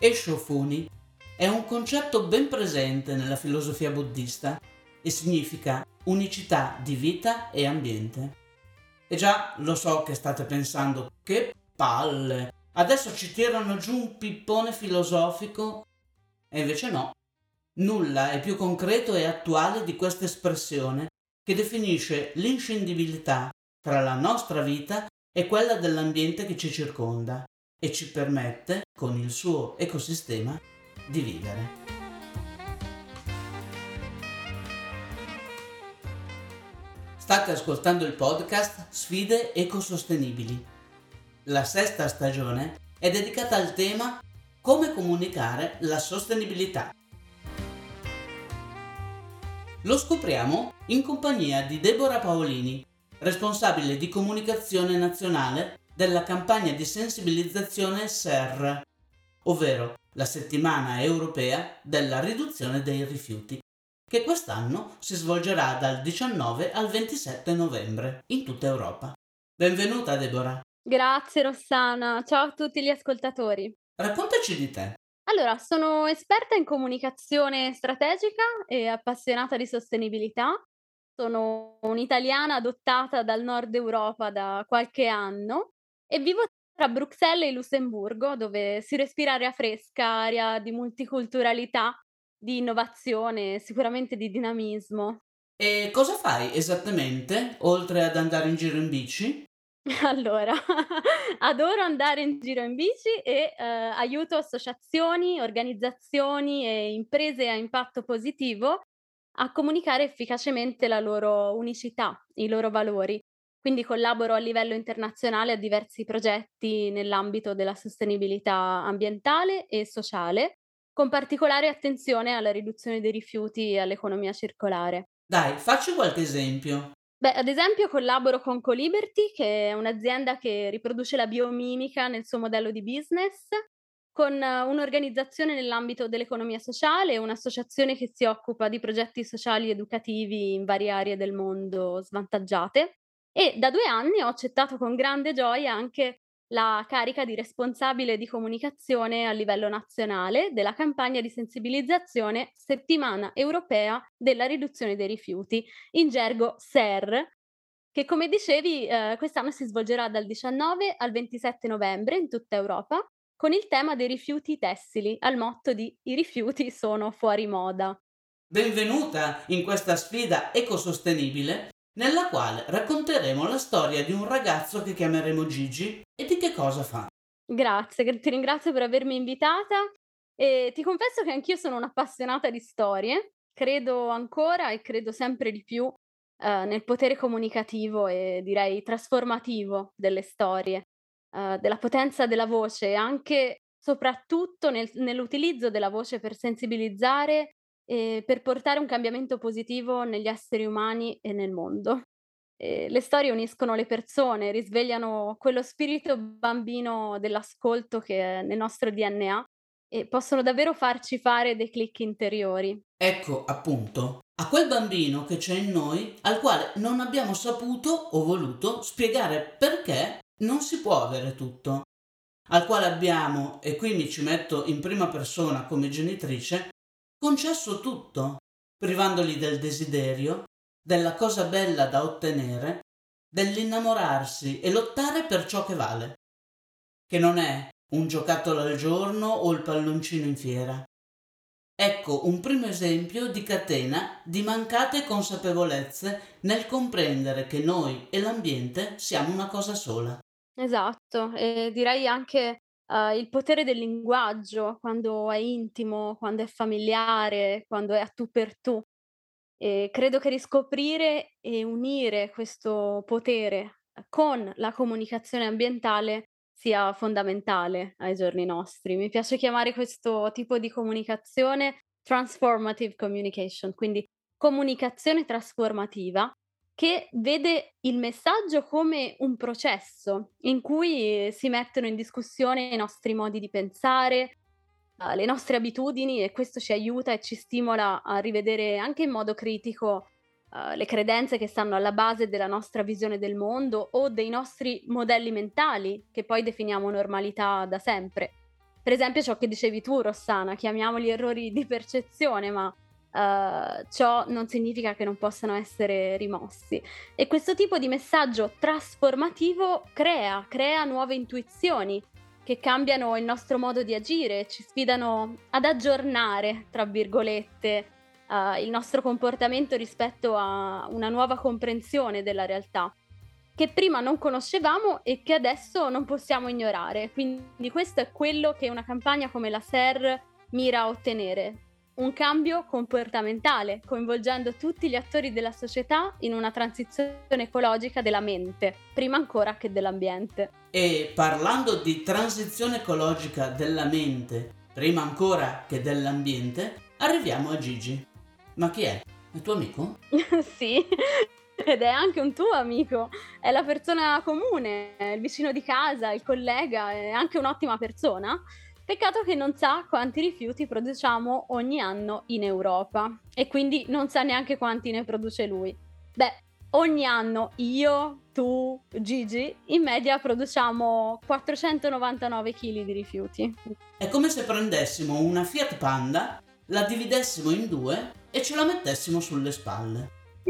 Esho Funi è un concetto ben presente nella filosofia buddista e significa unicità di vita e ambiente. E già lo so che state pensando, che palle, adesso ci tirano giù un pippone filosofico, e invece no, nulla è più concreto e attuale di questa espressione che definisce l'inscindibilità tra la nostra vita e quella dell'ambiente che ci circonda e ci permette, con il suo ecosistema, di vivere. State ascoltando il podcast Sfide ecosostenibili. La sesta stagione è dedicata al tema come comunicare la sostenibilità. Lo scopriamo in compagnia di Deborah Paolini, responsabile di comunicazione nazionale della campagna di sensibilizzazione SER, ovvero la settimana europea della riduzione dei rifiuti, che quest'anno si svolgerà dal 19 al 27 novembre in tutta Europa. Benvenuta Deborah, Grazie Rossana, ciao a tutti gli ascoltatori. raccontaci di te. Allora, sono esperta in comunicazione strategica e appassionata di sostenibilità. Sono un'italiana adottata dal nord Europa da qualche anno e vivo tra Bruxelles e Lussemburgo, dove si respira aria fresca, aria di multiculturalità, di innovazione, sicuramente di dinamismo. E cosa fai esattamente, oltre ad andare in giro in bici? Allora, adoro andare in giro in bici e, aiuto associazioni, organizzazioni e imprese a impatto positivo a comunicare efficacemente la loro unicità, i loro valori. Quindi collaboro a livello internazionale a diversi progetti nell'ambito della sostenibilità ambientale e sociale, con particolare attenzione alla riduzione dei rifiuti e all'economia circolare. Dai, facci qualche esempio. Beh, ad esempio collaboro con Coliberty, che è un'azienda che riproduce la biomimica nel suo modello di business, con un'organizzazione nell'ambito dell'economia sociale e un'associazione che si occupa di progetti sociali educativi in varie aree del mondo svantaggiate. E da 2 anni ho accettato con grande gioia anche la carica di responsabile di comunicazione a livello nazionale della campagna di sensibilizzazione Settimana Europea della riduzione dei rifiuti, in gergo SER, che come dicevi, quest'anno si svolgerà dal 19 al 27 novembre in tutta Europa, con il tema dei rifiuti tessili, al motto di "I rifiuti sono fuori moda". Benvenuta in questa sfida ecosostenibile nella quale racconteremo la storia di un ragazzo che chiameremo Gigi e di che cosa fa. Grazie, ti ringrazio per avermi invitata e ti confesso che anch'io sono un'appassionata di storie. Credo ancora e credo sempre di più, nel potere comunicativo e direi trasformativo delle storie, della potenza della voce e anche soprattutto nell'utilizzo della voce per sensibilizzare e per portare un cambiamento positivo negli esseri umani e nel mondo. Le storie uniscono le persone, risvegliano quello spirito bambino dell'ascolto che è nel nostro DNA e possono davvero farci fare dei click interiori. Ecco, appunto, a quel bambino che c'è in noi al quale non abbiamo saputo o voluto spiegare perché non si può avere tutto, al quale abbiamo, e qui mi ci metto in prima persona come genitrice, concesso tutto, privandoli del desiderio, della cosa bella da ottenere, dell'innamorarsi e lottare per ciò che vale, che non è un giocattolo al giorno o il palloncino in fiera. Ecco un primo esempio di catena di mancate consapevolezze nel comprendere che noi e l'ambiente siamo una cosa sola. Esatto, e direi anche, il potere del linguaggio quando è intimo, quando è familiare, quando è a tu per tu. Credo che riscoprire e unire questo potere, con la comunicazione ambientale sia fondamentale ai giorni nostri. Mi piace chiamare questo tipo di comunicazione transformative communication, quindi comunicazione trasformativa che vede il messaggio come un processo in cui si mettono in discussione i nostri modi di pensare, le nostre abitudini e questo ci aiuta e ci stimola a rivedere anche in modo critico, le credenze che stanno alla base della nostra visione del mondo o dei nostri modelli mentali, che poi definiamo normalità da sempre. Per esempio ciò che dicevi tu, Rossana, chiamiamoli errori di percezione, ma ciò non significa che non possano essere rimossi. E questo tipo di messaggio trasformativo crea nuove intuizioni che cambiano il nostro modo di agire, ci sfidano ad "aggiornare", tra virgolette, il nostro comportamento rispetto a una nuova comprensione della realtà, che prima non conoscevamo e che adesso non possiamo ignorare. Quindi questo è quello che una campagna come la SER mira a ottenere: un cambio comportamentale, coinvolgendo tutti gli attori della società in una transizione ecologica della mente, prima ancora che dell'ambiente. E parlando di transizione ecologica della mente, prima ancora che dell'ambiente, arriviamo a Gigi. Ma chi è? È tuo amico? Sì, ed è anche un tuo amico, è la persona comune, è il vicino di casa, il collega, è anche un'ottima persona. Peccato che non sa quanti rifiuti produciamo ogni anno in Europa e quindi non sa neanche quanti ne produce lui. Beh, ogni anno io, tu, Gigi, in media produciamo 499 kg di rifiuti. È come se prendessimo una Fiat Panda, la dividessimo in due e ce la mettessimo sulle spalle.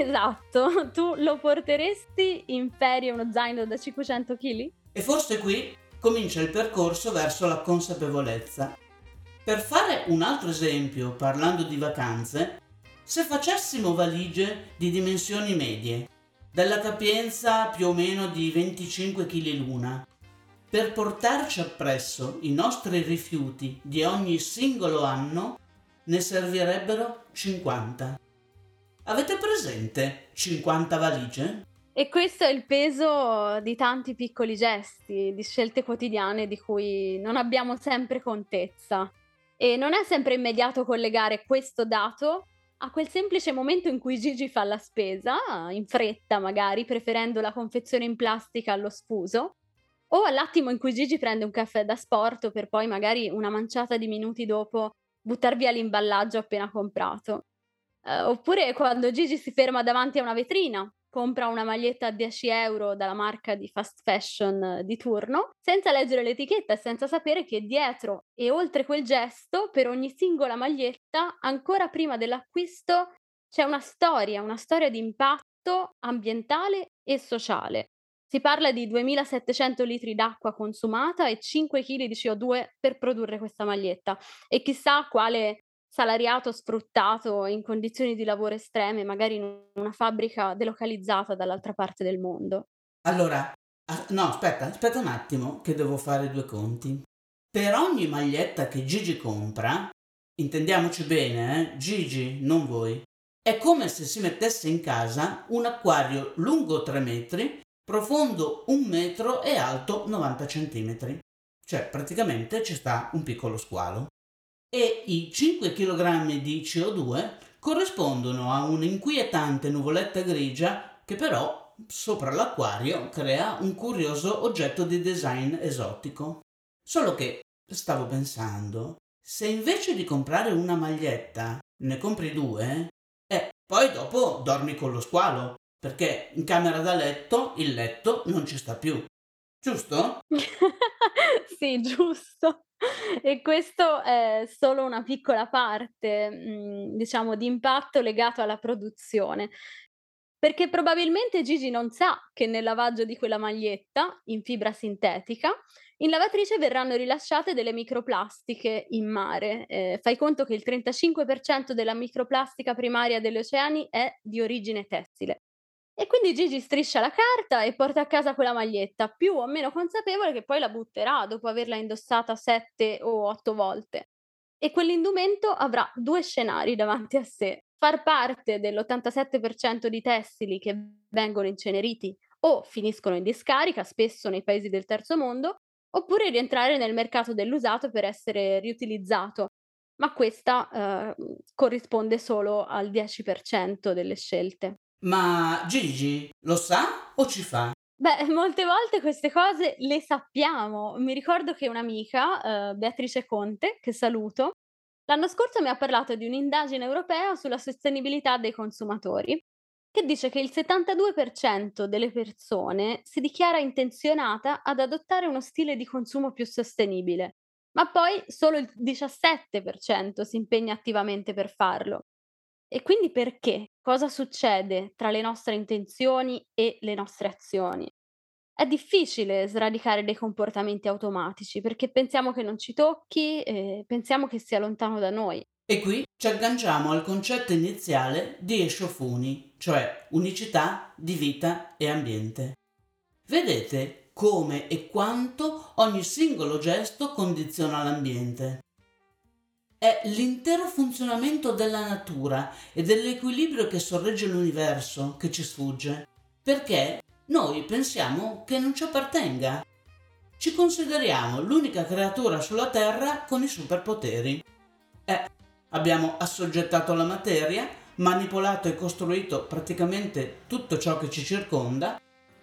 Esatto, tu lo porteresti in ferie uno zaino da 500 kg? E forse qui comincia il percorso verso la consapevolezza. Per fare un altro esempio, parlando di vacanze, se facessimo valigie di dimensioni medie, della capienza più o meno di 25 kg l'una, per portarci appresso i nostri rifiuti di ogni singolo anno, ne servirebbero 50. Avete presente 50 valigie? E questo è il peso di tanti piccoli gesti, di scelte quotidiane di cui non abbiamo sempre contezza. E non è sempre immediato collegare questo dato a quel semplice momento in cui Gigi fa la spesa, in fretta magari, preferendo la confezione in plastica allo sfuso, o all'attimo in cui Gigi prende un caffè da sport per poi magari una manciata di minuti dopo buttar via l'imballaggio appena comprato. Oppure quando Gigi si ferma davanti a una vetrina, compra una maglietta a 10 € dalla marca di fast fashion di turno, senza leggere l'etichetta e senza sapere che dietro e oltre quel gesto, per ogni singola maglietta, ancora prima dell'acquisto, c'è una storia di impatto ambientale e sociale. Si parla di 2700 litri d'acqua consumata e 5 chili di CO2 per produrre questa maglietta e chissà quale salariato sfruttato in condizioni di lavoro estreme, magari in una fabbrica delocalizzata dall'altra parte del mondo. Allora, no, aspetta un attimo che devo fare due conti. Per ogni maglietta che Gigi compra, intendiamoci bene, Gigi, non voi, è come se si mettesse in casa un acquario lungo 3 metri, profondo 1 metro e alto 90 centimetri. Cioè, praticamente ci sta un piccolo squalo. E i 5 kg di CO2 corrispondono a un'inquietante nuvoletta grigia che però sopra l'acquario crea un curioso oggetto di design esotico. Solo che stavo pensando, se invece di comprare una maglietta ne compri due, poi dopo dormi con lo squalo, perché in camera da letto il letto non ci sta più, giusto? Sì, giusto. E questo è solo una piccola parte, diciamo di impatto legato alla produzione. Perché probabilmente Gigi non sa che nel lavaggio di quella maglietta, in fibra sintetica, in lavatrice verranno rilasciate delle microplastiche in mare. Fai conto che il 35% della microplastica primaria degli oceani è di origine tessile. E quindi Gigi striscia la carta e porta a casa quella maglietta, più o meno consapevole che poi la butterà dopo averla indossata 7 o 8 volte. E quell'indumento avrà 2 scenari davanti a sé: far parte dell'87% di tessili che vengono inceneriti o finiscono in discarica, spesso nei paesi del terzo mondo, oppure rientrare nel mercato dell'usato per essere riutilizzato. Ma questa, corrisponde solo al 10% delle scelte. Ma Gigi lo sa o ci fa? Beh, molte volte queste cose le sappiamo. Mi ricordo che un'amica, Beatrice Conte, che saluto, l'anno scorso mi ha parlato di un'indagine europea sulla sostenibilità dei consumatori, che dice che il 72% delle persone si dichiara intenzionata ad adottare uno stile di consumo più sostenibile. ma poi solo il 17% si impegna attivamente per farlo. E quindi perché? Cosa succede tra le nostre intenzioni e le nostre azioni? È difficile sradicare dei comportamenti automatici perché pensiamo che non ci tocchi e pensiamo che sia lontano da noi. E qui ci agganciamo al concetto iniziale di Esciofuni, cioè unicità di vita e ambiente. Vedete come e quanto ogni singolo gesto condiziona l'ambiente. È l'intero funzionamento della natura e dell'equilibrio che sorregge l'universo che ci sfugge, perché noi pensiamo che non ci appartenga. Ci consideriamo l'unica creatura sulla Terra con i superpoteri. Abbiamo assoggettato la materia, manipolato e costruito praticamente tutto ciò che ci circonda.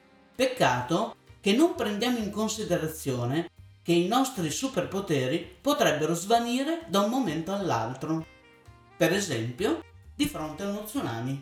Peccato che non prendiamo in considerazione che i nostri superpoteri potrebbero svanire da un momento all'altro. Per esempio, di fronte a uno tsunami.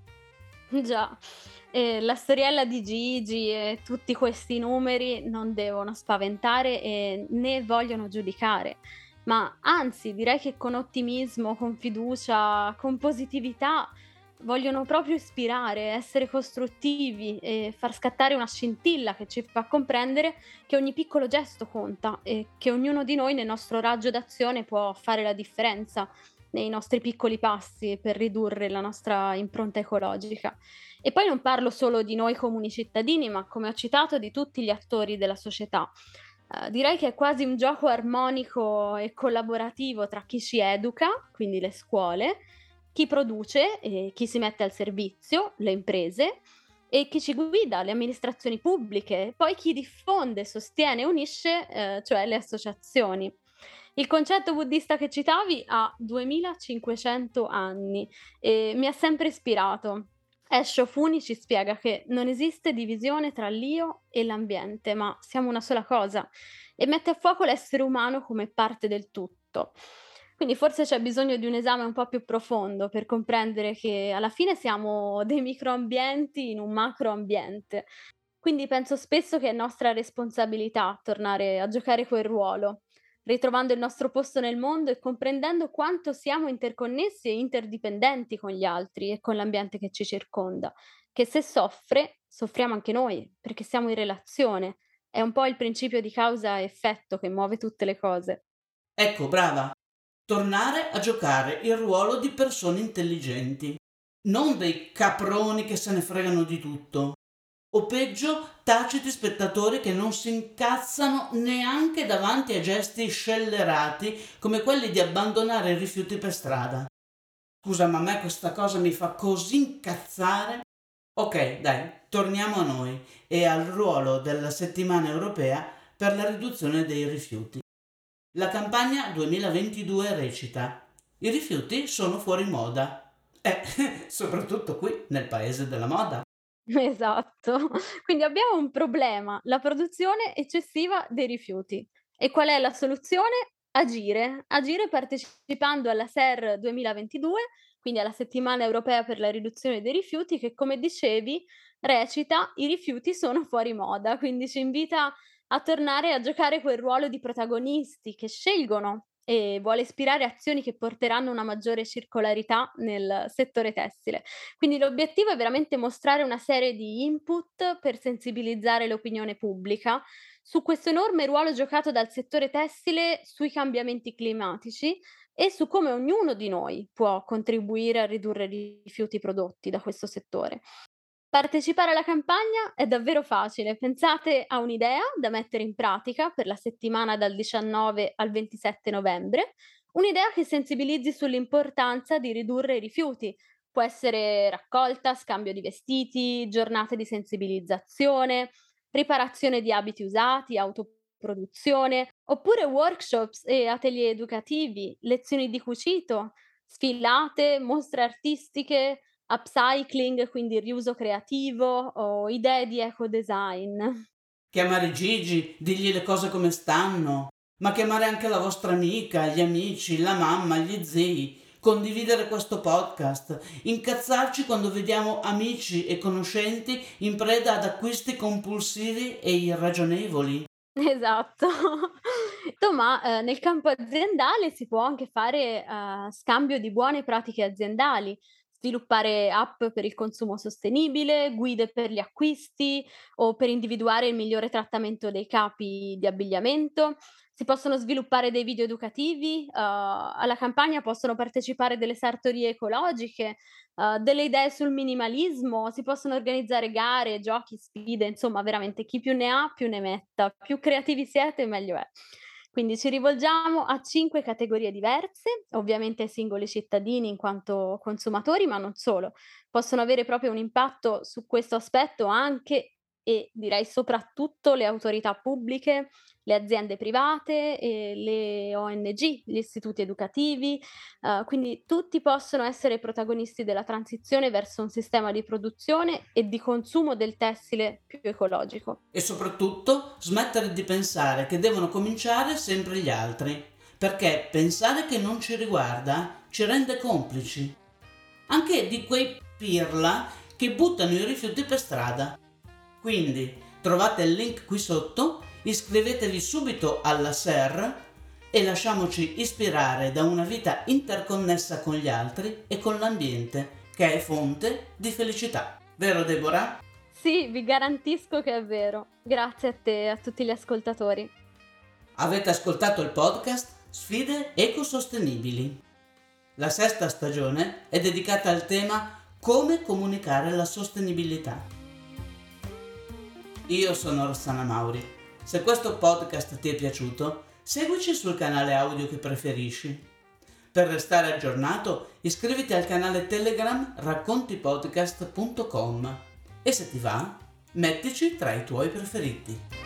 Già, la storiella di Gigi e tutti questi numeri non devono spaventare e né vogliono giudicare, ma anzi direi che con ottimismo, con fiducia, con positività vogliono proprio ispirare, essere costruttivi e far scattare una scintilla che ci fa comprendere che ogni piccolo gesto conta e che ognuno di noi nel nostro raggio d'azione può fare la differenza nei nostri piccoli passi per ridurre la nostra impronta ecologica. E poi non parlo solo di noi comuni cittadini, ma come ho citato di tutti gli attori della società. Direi che è quasi un gioco armonico e collaborativo tra chi ci educa, quindi le scuole, chi produce e chi si mette al servizio, le imprese, e chi ci guida, le amministrazioni pubbliche, e poi chi diffonde, sostiene e unisce, cioè le associazioni. Il concetto buddista che citavi ha 2500 anni e mi ha sempre ispirato. Esho Funi ci spiega che non esiste divisione tra l'io e l'ambiente, ma siamo una sola cosa e mette a fuoco l'essere umano come parte del tutto. Quindi forse c'è bisogno di un esame un po' più profondo per comprendere che alla fine siamo dei microambienti in un macroambiente. Quindi penso spesso che è nostra responsabilità tornare a giocare quel ruolo, ritrovando il nostro posto nel mondo e comprendendo quanto siamo interconnessi e interdipendenti con gli altri e con l'ambiente che ci circonda, che se soffre, soffriamo anche noi, perché siamo in relazione. È un po' il principio di causa-effetto che muove tutte le cose. Ecco, brava, tornare a giocare il ruolo di persone intelligenti, non dei caproni che se ne fregano di tutto, o peggio, taciti spettatori che non si incazzano neanche davanti a gesti scellerati come quelli di abbandonare i rifiuti per strada. Scusa, ma a me questa cosa mi fa così incazzare. Ok, dai, torniamo a noi e al ruolo della settimana europea per la riduzione dei rifiuti. La campagna 2022 recita: i rifiuti sono fuori moda. Soprattutto qui nel paese della moda. Esatto. Quindi abbiamo un problema, la produzione eccessiva dei rifiuti. E qual è la soluzione? Agire. Agire partecipando alla SER 2022, quindi alla Settimana Europea per la riduzione dei rifiuti, che come dicevi recita: "I rifiuti sono fuori moda", quindi ci invita a tornare a giocare quel ruolo di protagonisti che scelgono e vuole ispirare azioni che porteranno una maggiore circolarità nel settore tessile. Quindi l'obiettivo è veramente mostrare una serie di input per sensibilizzare l'opinione pubblica su questo enorme ruolo giocato dal settore tessile sui cambiamenti climatici e su come ognuno di noi può contribuire a ridurre i rifiuti prodotti da questo settore. Partecipare alla campagna è davvero facile. Pensate a un'idea da mettere in pratica per la settimana dal 19 al 27 novembre, un'idea che sensibilizzi sull'importanza di ridurre i rifiuti. Può essere raccolta, scambio di vestiti, giornate di sensibilizzazione, riparazione di abiti usati, autoproduzione, oppure workshops e atelier educativi, lezioni di cucito, sfilate, mostre artistiche, upcycling, quindi riuso creativo o idee di ecodesign. Chiamare Gigi, dirgli le cose come stanno, ma chiamare anche la vostra amica, gli amici, la mamma, gli zii, condividere questo podcast, incazzarci quando vediamo amici e conoscenti in preda ad acquisti compulsivi e irragionevoli. Esatto. Ma, nel campo aziendale si può anche fare, scambio di buone pratiche aziendali, sviluppare app per il consumo sostenibile, guide per gli acquisti o per individuare il migliore trattamento dei capi di abbigliamento. Si possono sviluppare dei video educativi, alla campagna possono partecipare delle sartorie ecologiche, delle idee sul minimalismo, si possono organizzare gare, giochi, sfide, insomma veramente chi più ne ha più ne metta. Più creativi siete meglio è. Quindi ci rivolgiamo a 5 categorie diverse, ovviamente ai singoli cittadini in quanto consumatori, ma non solo. Possono avere proprio un impatto su questo aspetto anche e direi soprattutto le autorità pubbliche, le aziende private e le ONG, gli istituti educativi, quindi tutti possono essere protagonisti della transizione verso un sistema di produzione e di consumo del tessile più ecologico. E soprattutto smettere di pensare che devono cominciare sempre gli altri, perché pensare che non ci riguarda ci rende complici. Anche di quei pirla che buttano i rifiuti per strada. Quindi trovate il link qui sotto, iscrivetevi subito alla SER e lasciamoci ispirare da una vita interconnessa con gli altri e con l'ambiente, che è fonte di felicità. Vero Deborah? Sì, vi garantisco che è vero. Grazie a te e a tutti gli ascoltatori. Avete ascoltato il podcast Sfide ecosostenibili. La sesta stagione è dedicata al tema come comunicare la sostenibilità. Io sono Rossana Mauri. Se questo podcast ti è piaciuto, seguici sul canale audio che preferisci. Per restare aggiornato, iscriviti al canale Telegram raccontipodcast.com e se ti va, mettici tra i tuoi preferiti.